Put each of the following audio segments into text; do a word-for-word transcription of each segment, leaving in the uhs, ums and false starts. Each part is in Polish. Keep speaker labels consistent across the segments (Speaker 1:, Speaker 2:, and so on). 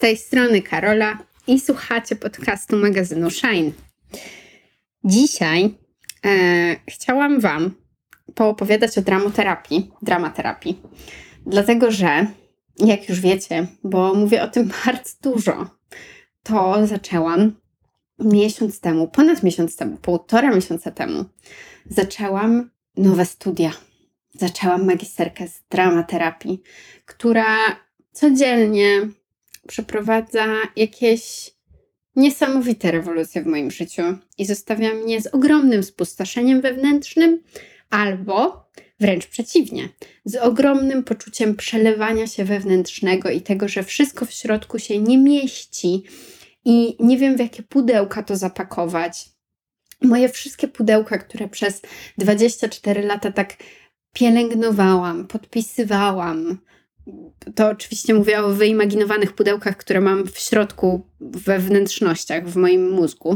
Speaker 1: tej strony Karola i słuchacie podcastu magazynu Shine. Dzisiaj e, chciałam Wam poopowiadać o dramoterapii, dramaterapii, dlatego że, jak już wiecie, bo mówię o tym bardzo dużo, to zaczęłam miesiąc temu, ponad miesiąc temu, półtora miesiąca temu, zaczęłam nowe studia. Zaczęłam magisterkę z dramaterapii, która codziennie przeprowadza jakieś niesamowite rewolucje w moim życiu i zostawia mnie z ogromnym spustoszeniem wewnętrznym albo wręcz przeciwnie, z ogromnym poczuciem przelewania się wewnętrznego i tego, że wszystko w środku się nie mieści i nie wiem, w jakie pudełka to zapakować. Moje wszystkie pudełka, które przez dwadzieścia cztery lata tak pielęgnowałam, podpisywałam. To oczywiście mówię o wyimaginowanych pudełkach, które mam w środku, we wnętrznościach, w moim mózgu.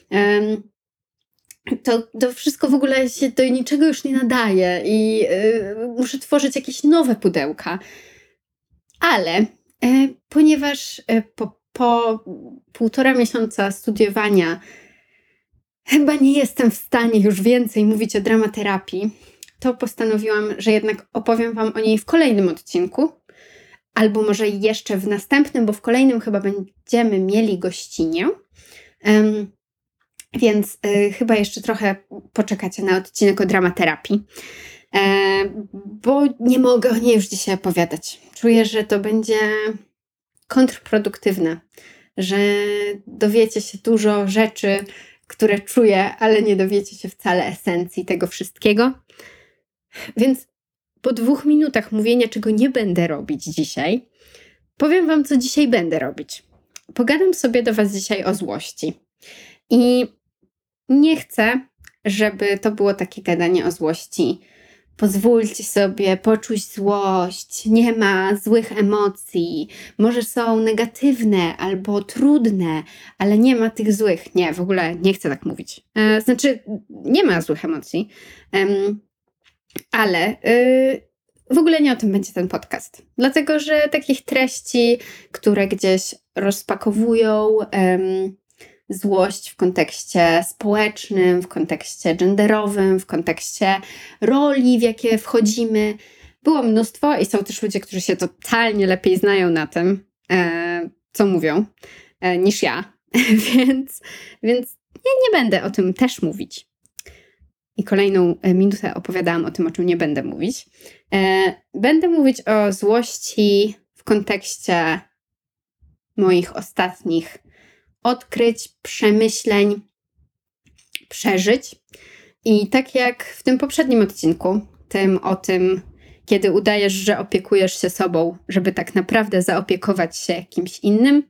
Speaker 1: To, to wszystko w ogóle się do niczego już nie nadaje i yy, muszę tworzyć jakieś nowe pudełka. Ale yy, ponieważ yy, po, po półtora miesiąca studiowania chyba nie jestem w stanie już więcej mówić o dramaterapii, to postanowiłam, że jednak opowiem Wam o niej w kolejnym odcinku, albo może jeszcze w następnym, bo w kolejnym chyba będziemy mieli gościnię. Um, więc y, chyba jeszcze trochę poczekacie na odcinek o dramaterapii, e, bo nie mogę o niej już dzisiaj opowiadać. Czuję, że to będzie kontrproduktywne, że dowiecie się dużo rzeczy, które czuję, ale nie dowiecie się wcale esencji tego wszystkiego. Więc po dwóch minutach mówienia, czego nie będę robić dzisiaj, powiem Wam, co dzisiaj będę robić. Pogadam sobie do Was dzisiaj o złości. I nie chcę, żeby to było takie gadanie o złości. Pozwólcie sobie poczuć złość, nie ma złych emocji, może są negatywne albo trudne, ale nie ma tych złych. Nie, w ogóle nie chcę tak mówić. E, znaczy, nie ma złych emocji. Um, Ale yy, w ogóle nie o tym będzie ten podcast. Dlatego, że takich treści, które gdzieś rozpakowują ym, złość w kontekście społecznym, w kontekście genderowym, w kontekście roli, w jakie wchodzimy, było mnóstwo i są też ludzie, którzy się totalnie lepiej znają na tym, e, co mówią, e, niż ja. więc więc ja nie będę o tym też mówić. I kolejną minutę opowiadałam o tym, o czym nie będę mówić. E, będę mówić o złości w kontekście moich ostatnich odkryć, przemyśleń, przeżyć. I tak jak w tym poprzednim odcinku, tym o tym, kiedy udajesz, że opiekujesz się sobą, żeby tak naprawdę zaopiekować się kimś innym,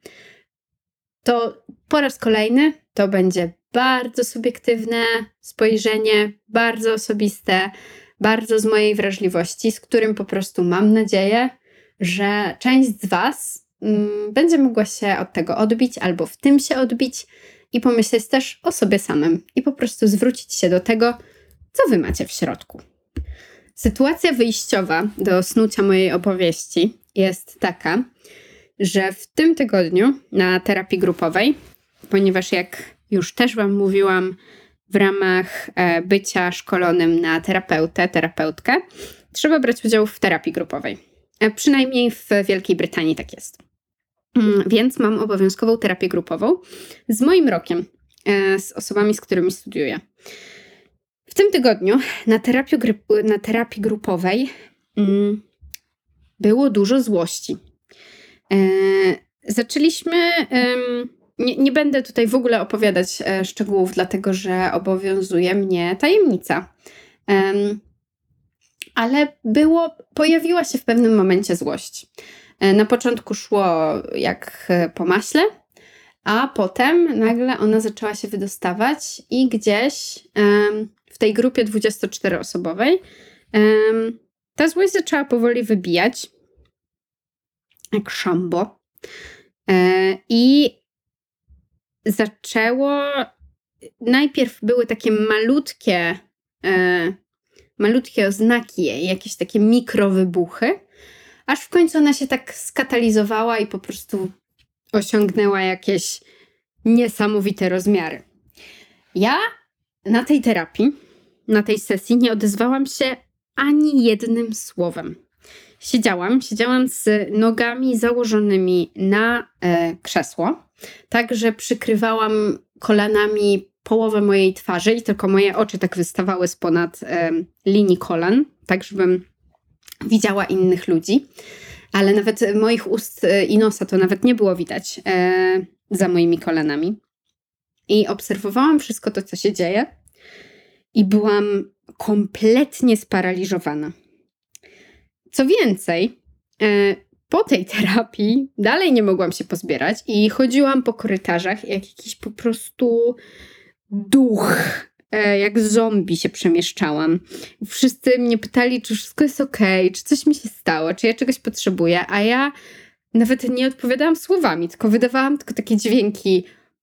Speaker 1: to po raz kolejny to będzie bardzo subiektywne spojrzenie, bardzo osobiste, bardzo z mojej wrażliwości, z którym po prostu mam nadzieję, że część z Was mm, będzie mogła się od tego odbić albo w tym się odbić i pomyśleć też o sobie samym i po prostu zwrócić się do tego, co Wy macie w środku. Sytuacja wyjściowa do snucia mojej opowieści jest taka, że w tym tygodniu na terapii grupowej, ponieważ jak już też Wam mówiłam, w ramach e, bycia szkolonym na terapeutę, terapeutkę, trzeba brać udział w terapii grupowej. E, przynajmniej w Wielkiej Brytanii tak jest. Mm, więc mam obowiązkową terapię grupową z moim rokiem, e, z osobami, z którymi studiuję. W tym tygodniu na terapii, gry- na terapii grupowej mm, było dużo złości. E, zaczęliśmy... Ym, Nie, nie będę tutaj w ogóle opowiadać e, szczegółów, dlatego że obowiązuje mnie tajemnica. Um, ale było, pojawiła się w pewnym momencie złość. E, na początku szło jak e, po maśle, a potem nagle ona zaczęła się wydostawać i gdzieś um, w tej grupie dwudziestoczteroosobowej um, ta złość zaczęła powoli wybijać jak szambo. E, I zaczęło, najpierw były takie malutkie, e, malutkie oznaki jej, jakieś takie mikrowybuchy, aż w końcu ona się tak skatalizowała i po prostu osiągnęła jakieś niesamowite rozmiary. Ja na tej terapii, na tej sesji nie odezwałam się ani jednym słowem. Siedziałam, siedziałam z nogami założonymi na e, krzesło, tak że przykrywałam kolanami połowę mojej twarzy i tylko moje oczy tak wystawały spod e, linii kolan, tak żebym widziała innych ludzi. Ale nawet moich ust i nosa to nawet nie było widać e, za moimi kolanami. I obserwowałam wszystko to, co się dzieje i byłam kompletnie sparaliżowana. Co więcej, e, po tej terapii dalej nie mogłam się pozbierać i chodziłam po korytarzach jak jakiś po prostu duch, e, jak zombie się przemieszczałam. Wszyscy mnie pytali, czy wszystko jest okej, czy coś mi się stało, czy ja czegoś potrzebuję, a ja nawet nie odpowiadałam słowami, tylko wydawałam tylko takie dźwięki,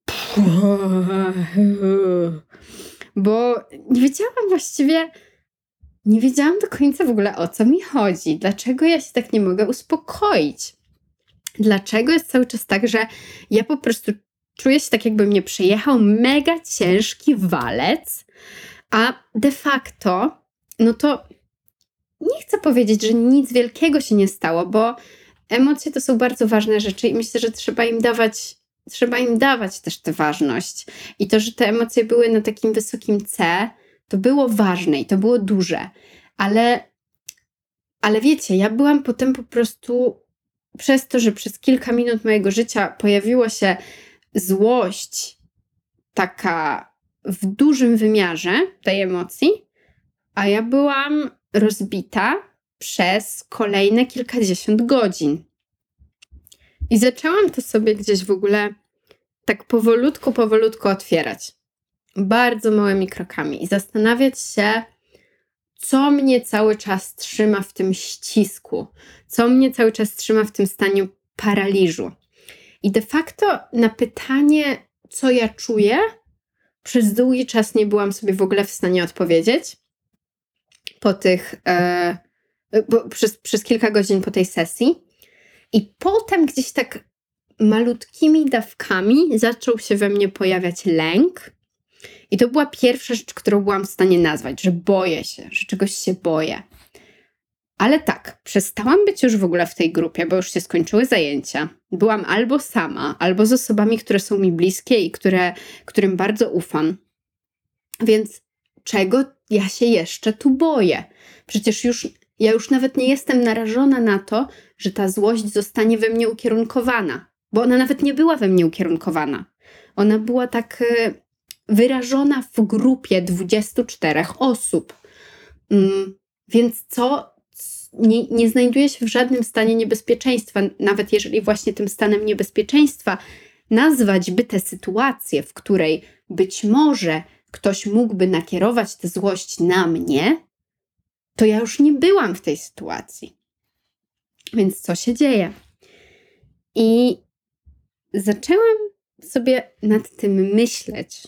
Speaker 1: bo nie wiedziałam właściwie, nie wiedziałam do końca w ogóle, o co mi chodzi, dlaczego ja się tak nie mogę uspokoić, dlaczego jest cały czas tak, że ja po prostu czuję się tak, jakby mnie przejechał mega ciężki walec, a de facto, no to nie chcę powiedzieć, że nic wielkiego się nie stało, bo emocje to są bardzo ważne rzeczy i myślę, że trzeba im dawać, trzeba im dawać też tę ważność. I to, że te emocje były na takim wysokim C, to było ważne i to było duże. Ale, ale wiecie, ja byłam potem po prostu, przez to, że przez kilka minut mojego życia pojawiło się złość taka w dużym wymiarze tej emocji, a ja byłam rozbita przez kolejne kilkadziesiąt godzin. I zaczęłam to sobie gdzieś w ogóle tak powolutku, powolutku otwierać. Bardzo małymi krokami i zastanawiać się, co mnie cały czas trzyma w tym ścisku, co mnie cały czas trzyma w tym stanie paraliżu. I de facto na pytanie, co ja czuję, przez długi czas nie byłam sobie w ogóle w stanie odpowiedzieć. Po tych, e, bo, przez, przez kilka godzin po tej sesji. I potem gdzieś tak malutkimi dawkami zaczął się we mnie pojawiać lęk. I to była pierwsza rzecz, którą byłam w stanie nazwać, że boję się, że czegoś się boję. Ale tak, przestałam być już w ogóle w tej grupie, bo już się skończyły zajęcia. Byłam albo sama, albo z osobami, które są mi bliskie i które, którym bardzo ufam. Więc czego ja się jeszcze tu boję? Przecież już, ja już nawet nie jestem narażona na to, że ta złość zostanie we mnie ukierunkowana. Bo ona nawet nie była we mnie ukierunkowana. Ona była tak wyrażona w grupie dwudziestu czterech osób. Mm, więc co? Nie, nie znajduję się w żadnym stanie niebezpieczeństwa. Nawet jeżeli właśnie tym stanem niebezpieczeństwa nazwać by tę sytuację, w której być może ktoś mógłby nakierować tę złość na mnie, to ja już nie byłam w tej sytuacji. Więc co się dzieje? I zaczęłam sobie nad tym myśleć.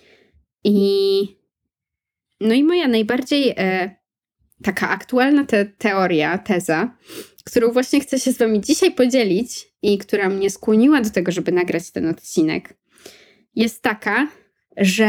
Speaker 1: I no i moja najbardziej e, taka aktualna te, teoria, teza, którą właśnie chcę się z wami dzisiaj podzielić i która mnie skłoniła do tego, żeby nagrać ten odcinek, jest taka, że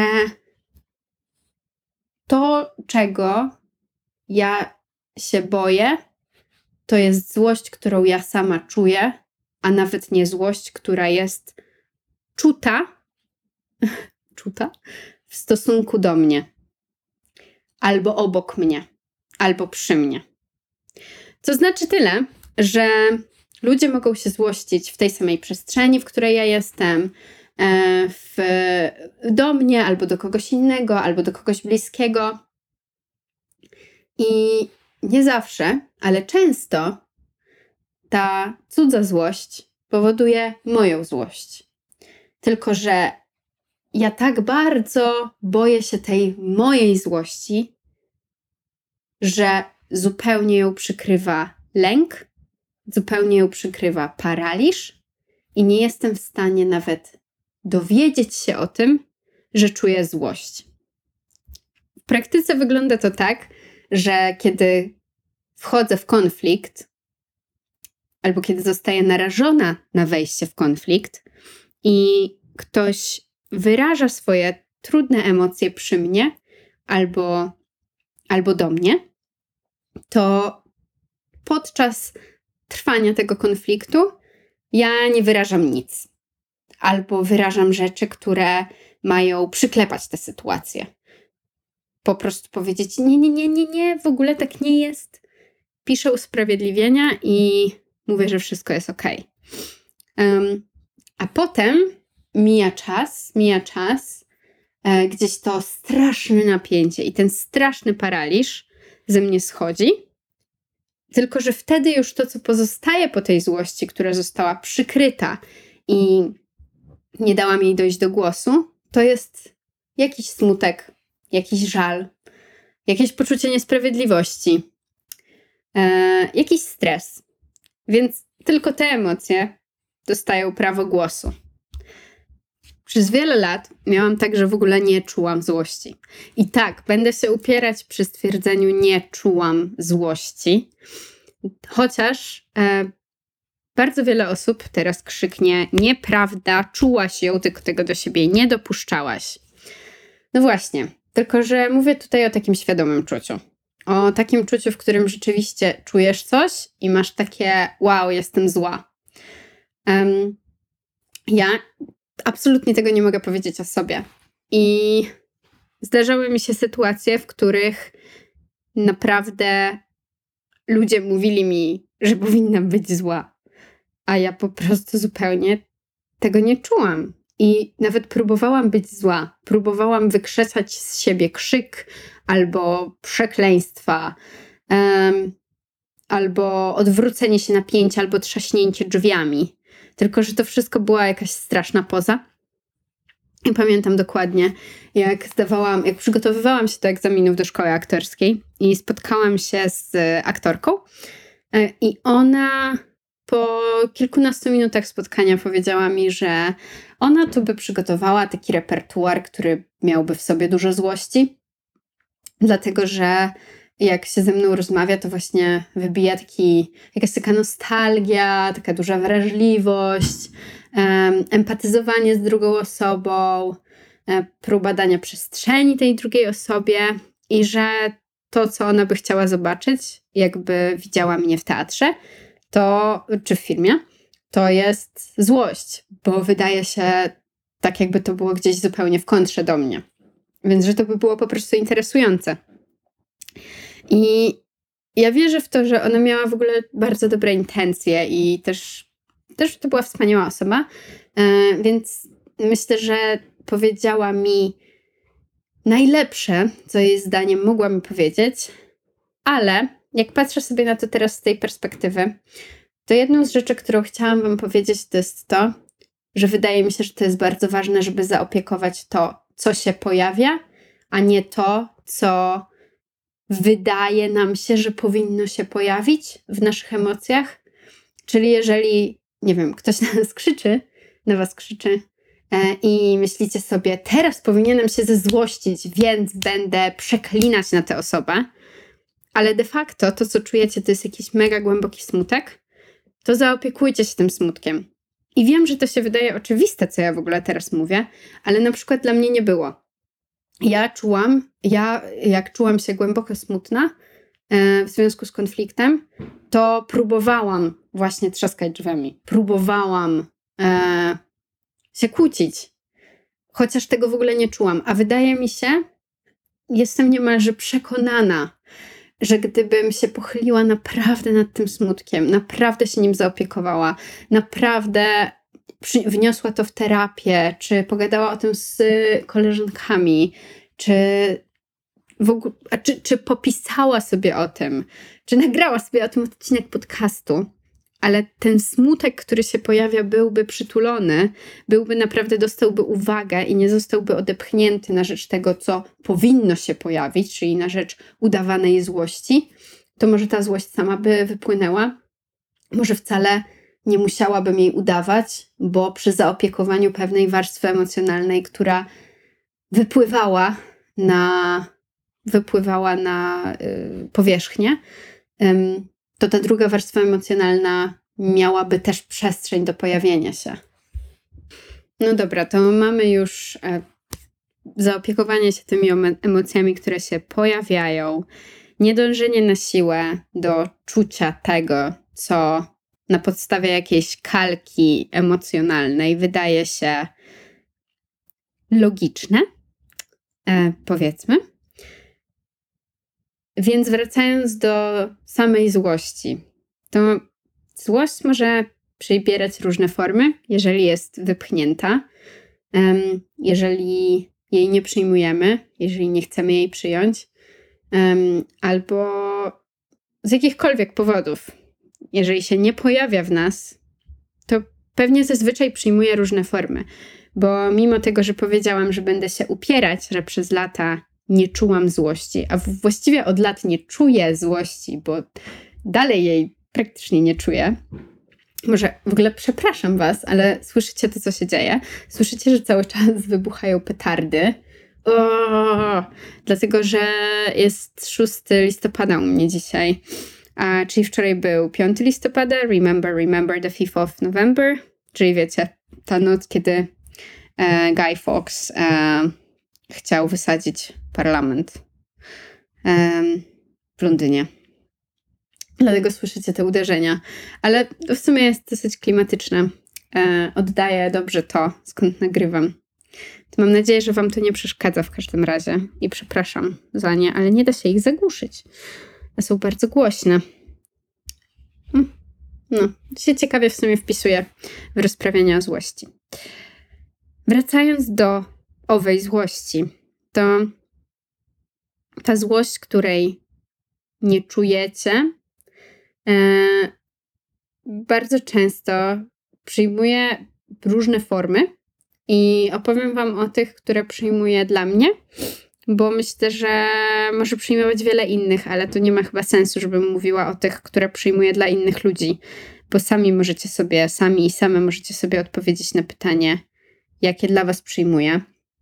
Speaker 1: to, czego ja się boję, to jest złość, którą ja sama czuję, a nawet nie złość, która jest czuta, czuta w stosunku do mnie. Albo obok mnie, albo przy mnie. To znaczy tyle, że ludzie mogą się złościć w tej samej przestrzeni, w której ja jestem, w, do mnie, albo do kogoś innego, albo do kogoś bliskiego. I nie zawsze, ale często ta cudza złość powoduje moją złość. Tylko że ja tak bardzo boję się tej mojej złości, że zupełnie ją przykrywa lęk, zupełnie ją przykrywa paraliż i nie jestem w stanie nawet dowiedzieć się o tym, że czuję złość. W praktyce wygląda to tak, że kiedy wchodzę w konflikt, albo kiedy zostaję narażona na wejście w konflikt i ktoś wyraża swoje trudne emocje przy mnie albo, albo do mnie, to podczas trwania tego konfliktu ja nie wyrażam nic. Albo wyrażam rzeczy, które mają przyklepać tę sytuację. Po prostu powiedzieć, nie, nie, nie, nie, nie, w ogóle tak nie jest. Piszę usprawiedliwienia i mówię, że wszystko jest okej. Um, a potem mija czas, mija czas, e, gdzieś to straszne napięcie i ten straszny paraliż ze mnie schodzi. Tylko że wtedy już to, co pozostaje po tej złości, która została przykryta i nie dałam jej dojść do głosu, to jest jakiś smutek, jakiś żal, jakieś poczucie niesprawiedliwości, e, jakiś stres. Więc tylko te emocje dostają prawo głosu. Przez wiele lat miałam tak, że w ogóle nie czułam złości. I tak, będę się upierać przy stwierdzeniu nie czułam złości, chociaż e, bardzo wiele osób teraz krzyknie nieprawda, czułaś ją, tylko tego do siebie nie dopuszczałaś. No właśnie, tylko że mówię tutaj o takim świadomym czuciu. O takim czuciu, w którym rzeczywiście czujesz coś i masz takie wow, jestem zła. Um, ja absolutnie tego nie mogę powiedzieć o sobie. I zdarzały mi się sytuacje, w których naprawdę ludzie mówili mi, że powinnam być zła. A ja po prostu zupełnie tego nie czułam. I nawet próbowałam być zła. Próbowałam wykrzesać z siebie krzyk albo przekleństwa, um, albo odwrócenie się na pięć, albo trzaśnięcie drzwiami. Tylko że to wszystko była jakaś straszna poza. I pamiętam dokładnie, jak zdawałam, jak przygotowywałam się do egzaminów do szkoły aktorskiej i spotkałam się z aktorką i ona po kilkunastu minutach spotkania powiedziała mi, że ona tu by przygotowała taki repertuar, który miałby w sobie dużo złości, dlatego że jak się ze mną rozmawia, to właśnie wybija taki, jakaś taka nostalgia, taka duża wrażliwość, um, empatyzowanie z drugą osobą, um, próba dania przestrzeni tej drugiej osobie i że to, co ona by chciała zobaczyć, jakby widziała mnie w teatrze, to, czy w filmie, to jest złość, bo wydaje się tak, jakby to było gdzieś zupełnie w kontrze do mnie. Więc, że to by było po prostu interesujące. I ja wierzę w to, że ona miała w ogóle bardzo dobre intencje i też, też to była wspaniała osoba, yy, więc myślę, że powiedziała mi najlepsze, co jej zdaniem mogła mi powiedzieć, ale jak patrzę sobie na to teraz z tej perspektywy, to jedną z rzeczy, którą chciałam wam powiedzieć, to jest to, że wydaje mi się, że to jest bardzo ważne, żeby zaopiekować to, co się pojawia, a nie to, co wydaje nam się, że powinno się pojawić w naszych emocjach. Czyli jeżeli, nie wiem, ktoś na nas krzyczy, na was krzyczy e, i myślicie sobie, teraz powinienem się zezłościć, więc będę przeklinać na tę osobę, ale de facto to, co czujecie, to jest jakiś mega głęboki smutek, to zaopiekujcie się tym smutkiem. I wiem, że to się wydaje oczywiste, co ja w ogóle teraz mówię, ale na przykład dla mnie nie było. Ja czułam, ja jak czułam się głęboko smutna e, w związku z konfliktem, to próbowałam właśnie trzaskać drzwiami. Próbowałam e, się kłócić. Chociaż tego w ogóle nie czułam. A wydaje mi się, jestem niemalże przekonana, że gdybym się pochyliła naprawdę nad tym smutkiem, naprawdę się nim zaopiekowała, naprawdę przy, wniosła to w terapię, czy pogadała o tym z koleżankami, czy, w ogóle, a czy, czy popisała sobie o tym, czy nagrała sobie o tym odcinek podcastu, ale ten smutek, który się pojawia, byłby przytulony, byłby naprawdę, dostałby uwagę i nie zostałby odepchnięty na rzecz tego, co powinno się pojawić, czyli na rzecz udawanej złości, to może ta złość sama by wypłynęła. Może wcale nie musiałabym jej udawać, bo przy zaopiekowaniu pewnej warstwy emocjonalnej, która wypływała na, wypływała na y, powierzchnię, ym, to ta druga warstwa emocjonalna miałaby też przestrzeń do pojawienia się. No dobra, to mamy już e, zaopiekowanie się tymi emocjami, które się pojawiają, niedążenie na siłę do czucia tego, co na podstawie jakiejś kalki emocjonalnej wydaje się logiczne, e, powiedzmy. Więc wracając do samej złości, to złość może przybierać różne formy, jeżeli jest wypchnięta, um, jeżeli jej nie przyjmujemy, jeżeli nie chcemy jej przyjąć, um, albo z jakichkolwiek powodów. Jeżeli się nie pojawia w nas, to pewnie zazwyczaj przyjmuje różne formy, bo mimo tego, że powiedziałam, że będę się upierać, że przez lata nie czułam złości, a właściwie od lat nie czuję złości, bo dalej jej praktycznie nie czuję. Może w ogóle przepraszam was, ale słyszycie to, co się dzieje? Słyszycie, że cały czas wybuchają petardy? O, dlatego, że jest szóstego listopada u mnie dzisiaj, a, czyli wczoraj był piątego listopada, remember, remember the fifth of November, czyli wiecie, ta noc, kiedy e, Guy Fawkes e, chciał wysadzić parlament e, w Londynie. Dlatego słyszycie te uderzenia. Ale to w sumie jest dosyć klimatyczne. E, oddaję dobrze to, skąd nagrywam. To mam nadzieję, że wam to nie przeszkadza w każdym razie. I przepraszam za nie, ale nie da się ich zagłuszyć. Są bardzo głośne. No, to się ciekawie w sumie wpisuje w rozprawienie o złości. Wracając do owej złości, to ta złość, której nie czujecie, bardzo często przyjmuje różne formy i opowiem wam o tych, które przyjmuje dla mnie, bo myślę, że może przyjmować wiele innych, ale to nie ma chyba sensu, żebym mówiła o tych, które przyjmuje dla innych ludzi, bo sami możecie sobie, sami i same możecie sobie odpowiedzieć na pytanie, jakie dla was przyjmuje.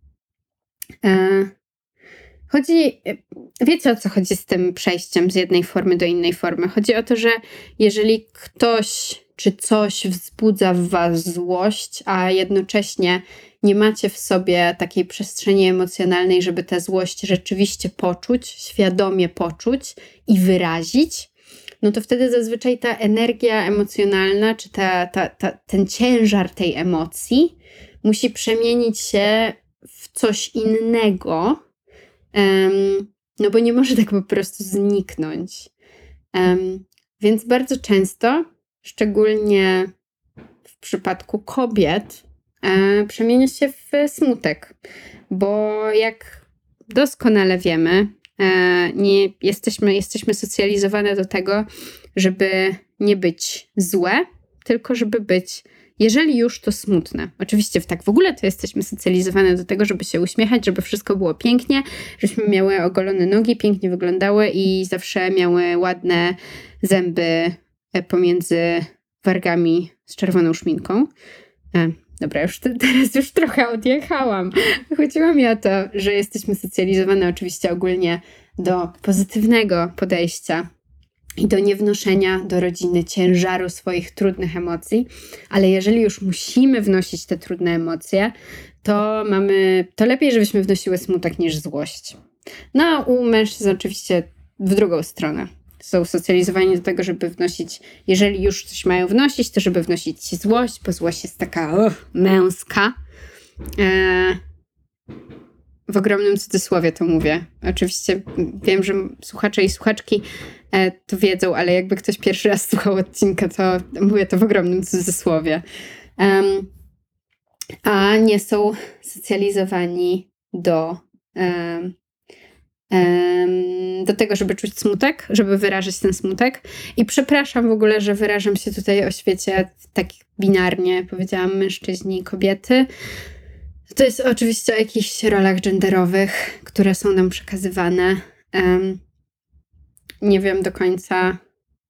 Speaker 1: Chodzi, wiecie o co chodzi z tym przejściem z jednej formy do innej formy. Chodzi o to, że jeżeli ktoś czy coś wzbudza w was złość, a jednocześnie nie macie w sobie takiej przestrzeni emocjonalnej, żeby tę złość rzeczywiście poczuć, świadomie poczuć i wyrazić, no to wtedy zazwyczaj ta energia emocjonalna, czy ta, ta, ta, ten ciężar tej emocji musi przemienić się w coś innego, Um, no bo nie może tak po prostu zniknąć. Um, więc bardzo często, szczególnie w przypadku kobiet, e, przemienia się w smutek. Bo jak doskonale wiemy, e, nie jesteśmy, jesteśmy socjalizowane do tego, żeby nie być złe, tylko żeby być, jeżeli już, to smutne. Oczywiście w tak w ogóle to jesteśmy socjalizowane do tego, żeby się uśmiechać, żeby wszystko było pięknie, żebyśmy miały ogolone nogi, pięknie wyglądały i zawsze miały ładne zęby pomiędzy wargami z czerwoną szminką. E, dobra, już te, teraz już trochę odjechałam. Chodziło mi o to, że jesteśmy socjalizowane oczywiście ogólnie do pozytywnego podejścia i do niewnoszenia do rodziny ciężaru swoich trudnych emocji, ale jeżeli już musimy wnosić te trudne emocje, to mamy, to lepiej, żebyśmy wnosiły smutek niż złość. No a u mężczyzn oczywiście w drugą stronę. Są socjalizowani do tego, żeby wnosić, jeżeli już coś mają wnosić, to żeby wnosić złość, bo złość jest taka oh, męska. Eee, w ogromnym cudzysłowie to mówię. Oczywiście wiem, że słuchacze i słuchaczki e, to wiedzą, ale jakby ktoś pierwszy raz słuchał odcinka, to mówię to w ogromnym cudzysłowie. Um, a nie są socjalizowani do, um, um, do tego, żeby czuć smutek, żeby wyrażać ten smutek. I przepraszam w ogóle, że wyrażam się tutaj o świecie tak binarnie. Powiedziałam mężczyźni i kobiety. To jest oczywiście o jakichś rolach genderowych, które są nam przekazywane. Um, nie wiem do końca,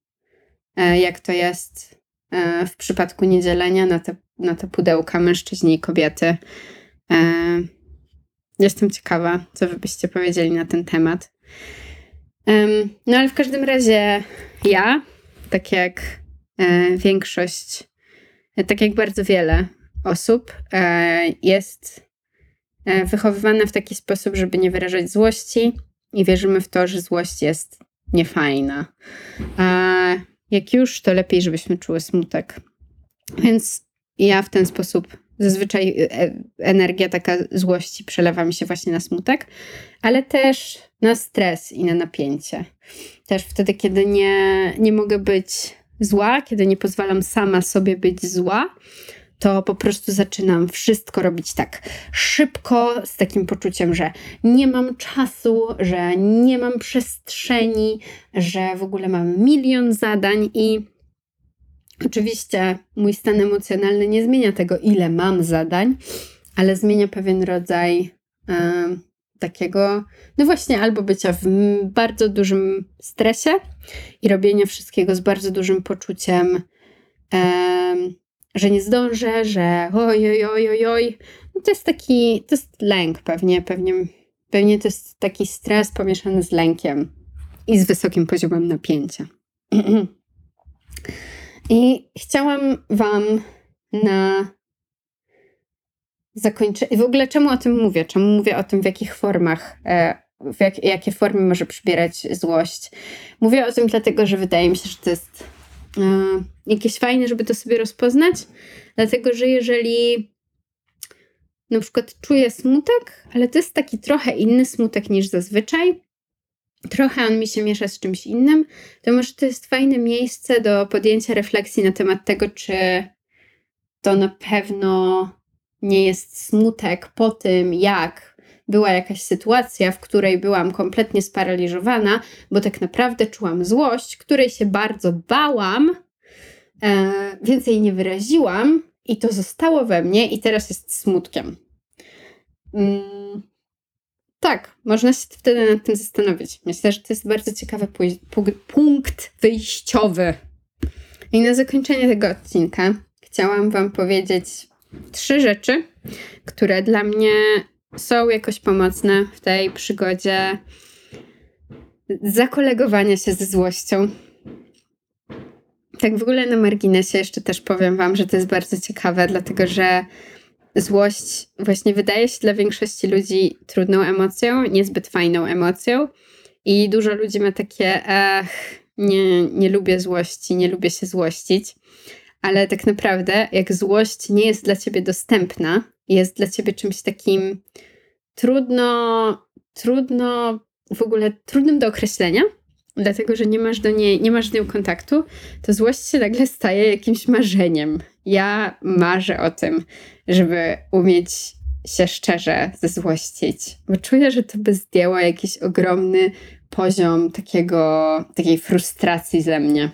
Speaker 1: e, jak to jest e, w przypadku niedzielenia na te, na te pudełka mężczyźni i kobiety. E, jestem ciekawa, co wy byście powiedzieli na ten temat. Um, no ale w każdym razie ja, tak jak e, większość, e, tak jak bardzo wiele osób, e, jest e, wychowywana w taki sposób, żeby nie wyrażać złości i wierzymy w to, że złość jest niefajna. A jak już, to lepiej, żebyśmy czuły smutek. Więc ja w ten sposób zazwyczaj e, energia taka złości przelewa mi się właśnie na smutek, ale też na stres i na napięcie. Też wtedy, kiedy nie, nie mogę być zła, kiedy nie pozwalam sama sobie być zła, to po prostu zaczynam wszystko robić tak szybko, z takim poczuciem, że nie mam czasu, że nie mam przestrzeni, że w ogóle mam milion zadań i oczywiście mój stan emocjonalny nie zmienia tego, ile mam zadań, ale zmienia pewien rodzaj e, takiego, no właśnie, albo bycia w bardzo dużym stresie i robienia wszystkiego z bardzo dużym poczuciem, e, że nie zdążę, że oj, oj, oj, oj, oj. No to jest taki, to jest lęk pewnie, pewnie, pewnie to jest taki stres pomieszany z lękiem i z wysokim poziomem napięcia. I chciałam wam na zakończenie... W ogóle czemu o tym mówię? Czemu mówię o tym, w jakich formach, w jak, jakie formy może przybierać złość? Mówię o tym dlatego, że wydaje mi się, że to jest e, jakieś fajne, żeby to sobie rozpoznać. Dlatego, że jeżeli na przykład czuję smutek, ale to jest taki trochę inny smutek niż zazwyczaj, trochę on mi się miesza z czymś innym, to może to jest fajne miejsce do podjęcia refleksji na temat tego, czy to na pewno nie jest smutek po tym, jak była jakaś sytuacja, w której byłam kompletnie sparaliżowana, bo tak naprawdę czułam złość, której się bardzo bałam, e, więc jej nie wyraziłam i to zostało we mnie i teraz jest smutkiem. Mm. Tak, można się wtedy nad tym zastanowić. Myślę, że to jest bardzo ciekawy pu- pu- punkt wyjściowy. I na zakończenie tego odcinka chciałam wam powiedzieć trzy rzeczy, które dla mnie są jakoś pomocne w tej przygodzie zakolegowania się ze złością. Tak w ogóle na marginesie jeszcze też powiem wam, że to jest bardzo ciekawe, dlatego że złość właśnie wydaje się dla większości ludzi trudną emocją, niezbyt fajną emocją i dużo ludzi ma takie ach, nie, nie lubię złości, nie lubię się złościć, ale tak naprawdę jak złość nie jest dla ciebie dostępna, jest dla ciebie czymś takim trudno, trudno, w ogóle trudnym do określenia, dlatego że nie masz do niej, nie masz z nią kontaktu, to złość się nagle staje jakimś marzeniem. Ja marzę o tym, żeby umieć się szczerze zezłościć, bo czuję, że to by zdjęło jakiś ogromny poziom takiego, takiej frustracji ze mnie.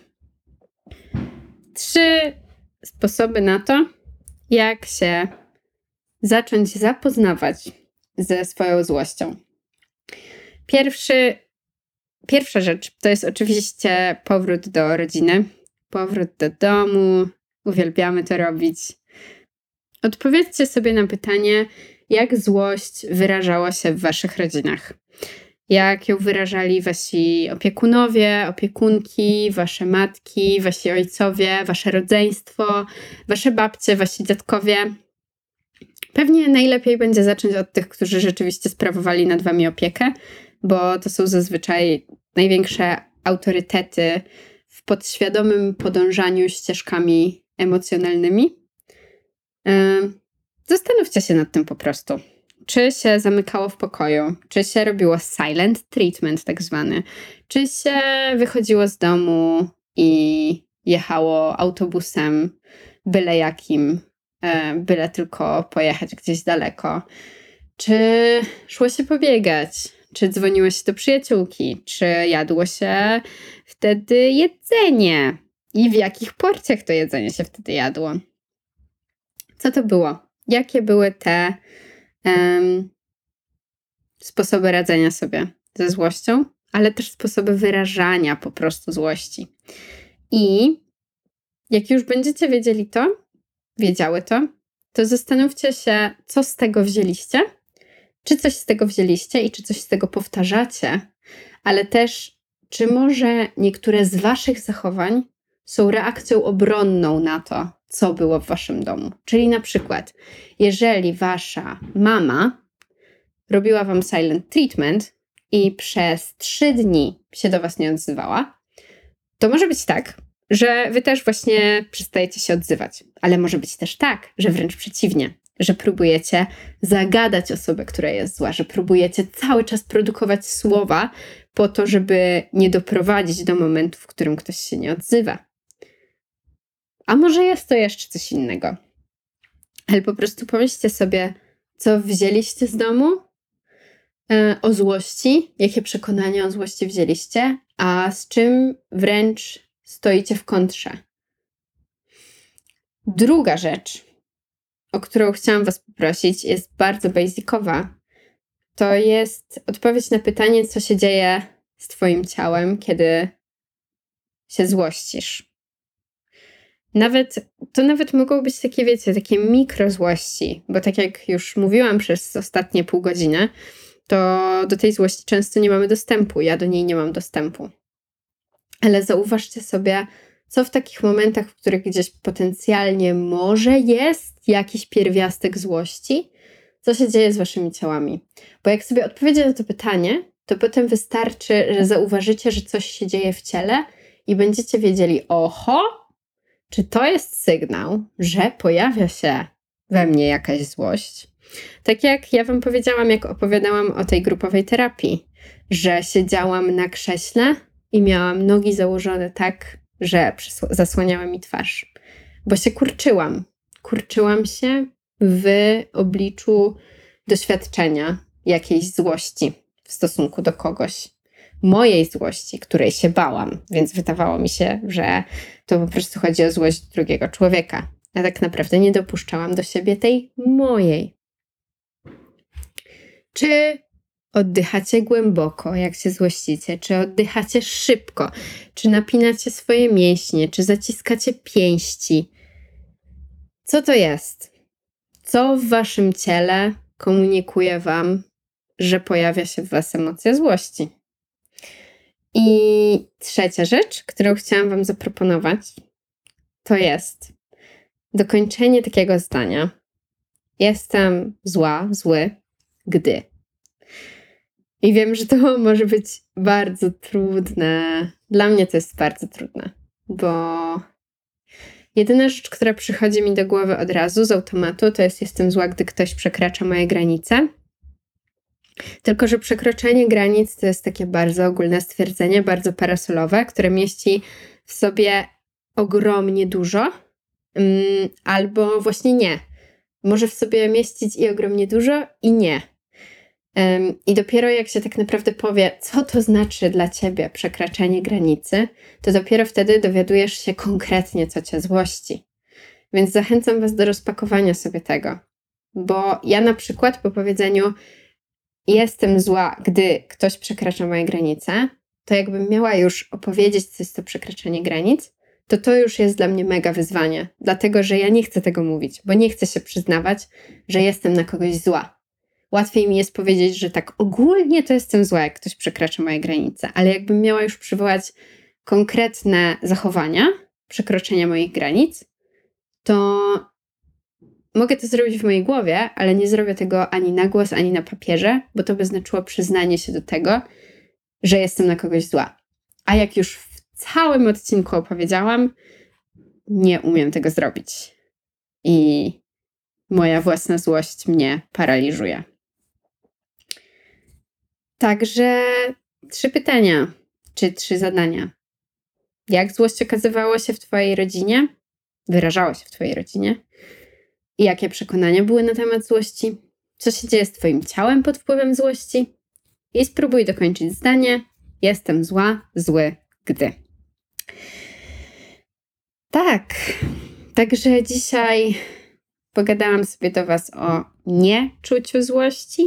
Speaker 1: Trzy sposoby na to, jak się zacząć zapoznawać ze swoją złością. Pierwszy, pierwsza rzecz to jest oczywiście powrót do rodziny, powrót do domu. Uwielbiamy to robić. Odpowiedzcie sobie na pytanie, jak złość wyrażała się w waszych rodzinach. Jak ją wyrażali wasi opiekunowie, opiekunki, wasze matki, wasi ojcowie, wasze rodzeństwo, wasze babcie, wasi dziadkowie. Pewnie najlepiej będzie zacząć od tych, którzy rzeczywiście sprawowali nad wami opiekę, bo to są zazwyczaj największe autorytety w podświadomym podążaniu ścieżkami emocjonalnymi. Zastanówcie się nad tym po prostu. Czy się zamykało w pokoju? Czy się robiło silent treatment tak zwany? Czy się wychodziło z domu i jechało autobusem byle jakim, byle tylko pojechać gdzieś daleko? Czy szło się pobiegać? Czy dzwoniło się do przyjaciółki? Czy jadło się wtedy jedzenie? I w jakich porcjach to jedzenie się wtedy jadło? Co to było? Jakie były te um, sposoby radzenia sobie ze złością, ale też sposoby wyrażania po prostu złości. I jak już będziecie wiedzieli to, wiedziały to, to zastanówcie się, co z tego wzięliście, czy coś z tego wzięliście i czy coś z tego powtarzacie, ale też czy może niektóre z waszych zachowań są reakcją obronną na to, co było w waszym domu. Czyli na przykład, jeżeli wasza mama robiła wam silent treatment i przez trzy dni się do was nie odzywała, to może być tak, że wy też właśnie przestajecie się odzywać. Ale może być też tak, że wręcz przeciwnie, że próbujecie zagadać osobę, która jest zła, że próbujecie cały czas produkować słowa po to, żeby nie doprowadzić do momentu, w którym ktoś się nie odzywa. A może jest to jeszcze coś innego. Ale po prostu pomyślcie sobie, co wzięliście z domu, e, o złości, jakie przekonania o złości wzięliście, a z czym wręcz stoicie w kontrze. Druga rzecz, o którą chciałam was poprosić, jest bardzo basicowa. To jest odpowiedź na pytanie, co się dzieje z twoim ciałem, kiedy się złościsz. Nawet, to nawet mogą być takie, wiecie, takie mikrozłości, bo tak jak już mówiłam przez ostatnie pół godziny, to do tej złości często nie mamy dostępu, ja do niej nie mam dostępu. Ale zauważcie sobie, co w takich momentach, w których gdzieś potencjalnie może jest jakiś pierwiastek złości, co się dzieje z waszymi ciałami. Bo jak sobie odpowiecie na to pytanie, to potem wystarczy, że zauważycie, że coś się dzieje w ciele i będziecie wiedzieli, oho, czy to jest sygnał, że pojawia się we mnie jakaś złość. Tak jak ja wam powiedziałam, jak opowiadałam o tej grupowej terapii, że siedziałam na krześle i miałam nogi założone tak, że zasłaniały mi twarz. Bo się kurczyłam. Kurczyłam się w obliczu doświadczenia jakiejś złości w stosunku do kogoś. Mojej złości, której się bałam, więc wydawało mi się, że to po prostu chodzi o złość drugiego człowieka. A tak naprawdę nie dopuszczałam do siebie tej mojej. Czy oddychacie głęboko, jak się złościcie? Czy oddychacie szybko? Czy napinacie swoje mięśnie? Czy zaciskacie pięści? Co to jest? Co w waszym ciele komunikuje wam, że pojawia się w was emocja złości? I trzecia rzecz, którą chciałam wam zaproponować, to jest dokończenie takiego zdania. Jestem zła, zły, gdy. I wiem, że to może być bardzo trudne. Dla mnie to jest bardzo trudne, bo jedyna rzecz, która przychodzi mi do głowy od razu z automatu, to jest jestem zła, gdy ktoś przekracza moje granice. Tylko że przekroczenie granic to jest takie bardzo ogólne stwierdzenie, bardzo parasolowe, które mieści w sobie ogromnie dużo, um, albo właśnie nie. Może w sobie mieścić i ogromnie dużo, i nie. Um, I dopiero jak się tak naprawdę powie, co to znaczy dla ciebie przekraczanie granicy, to dopiero wtedy dowiadujesz się konkretnie, co cię złości. Więc zachęcam was do rozpakowania sobie tego. Bo ja na przykład po powiedzeniu jestem zła, gdy ktoś przekracza moje granice, to jakbym miała już opowiedzieć, co jest to przekraczanie granic, to to już jest dla mnie mega wyzwanie. Dlatego, że ja nie chcę tego mówić, bo nie chcę się przyznawać, że jestem na kogoś zła. Łatwiej mi jest powiedzieć, że tak ogólnie to jestem zła, jak ktoś przekracza moje granice, ale jakbym miała już przywołać konkretne zachowania, przekroczenia moich granic, to mogę to zrobić w mojej głowie, ale nie zrobię tego ani na głos, ani na papierze, bo to by znaczyło przyznanie się do tego, że jestem na kogoś zła. A jak już w całym odcinku opowiedziałam, nie umiem tego zrobić. I moja własna złość mnie paraliżuje. Także trzy pytania, czy trzy zadania. Jak złość okazywała się w twojej rodzinie? Wyrażała się w twojej rodzinie? I jakie przekonania były na temat złości? Co się dzieje z twoim ciałem pod wpływem złości? I spróbuj dokończyć zdanie. Jestem zła, zły, gdy. Tak. Także dzisiaj pogadałam sobie do was o nieczuciu złości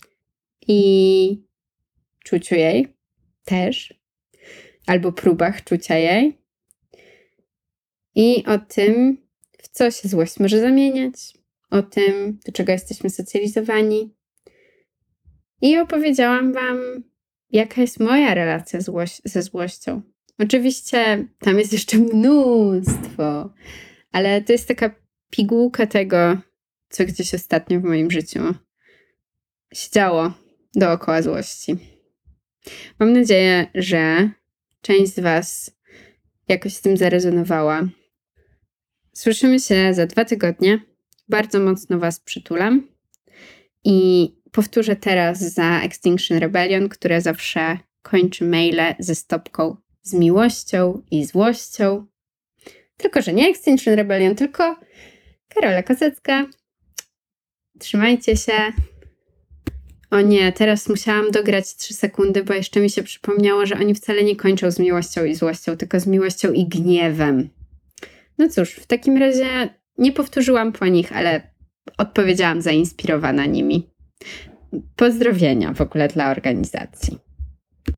Speaker 1: i czuciu jej też. Albo próbach czucia jej. I o tym, w co się złość może zamieniać, o tym, do czego jesteśmy socjalizowani. I opowiedziałam wam, jaka jest moja relacja złoś- ze złością. Oczywiście tam jest jeszcze mnóstwo, ale to jest taka pigułka tego, co gdzieś ostatnio w moim życiu się działo dookoła złości. Mam nadzieję, że część z Was jakoś z tym zarezonowała. Słyszymy się za dwa tygodnie. Bardzo mocno Was przytulam. I powtórzę teraz za Extinction Rebellion, które zawsze kończy maile ze stopką z miłością i złością. Tylko, że nie Extinction Rebellion, tylko Karola Kosecka. Trzymajcie się. O nie, teraz musiałam dograć trzy sekundy, bo jeszcze mi się przypomniało, że oni wcale nie kończą z miłością i złością, tylko z miłością i gniewem. No cóż, w takim razie nie powtórzyłam po nich, ale odpowiedziałam zainspirowana nimi. Pozdrowienia w ogóle dla organizacji.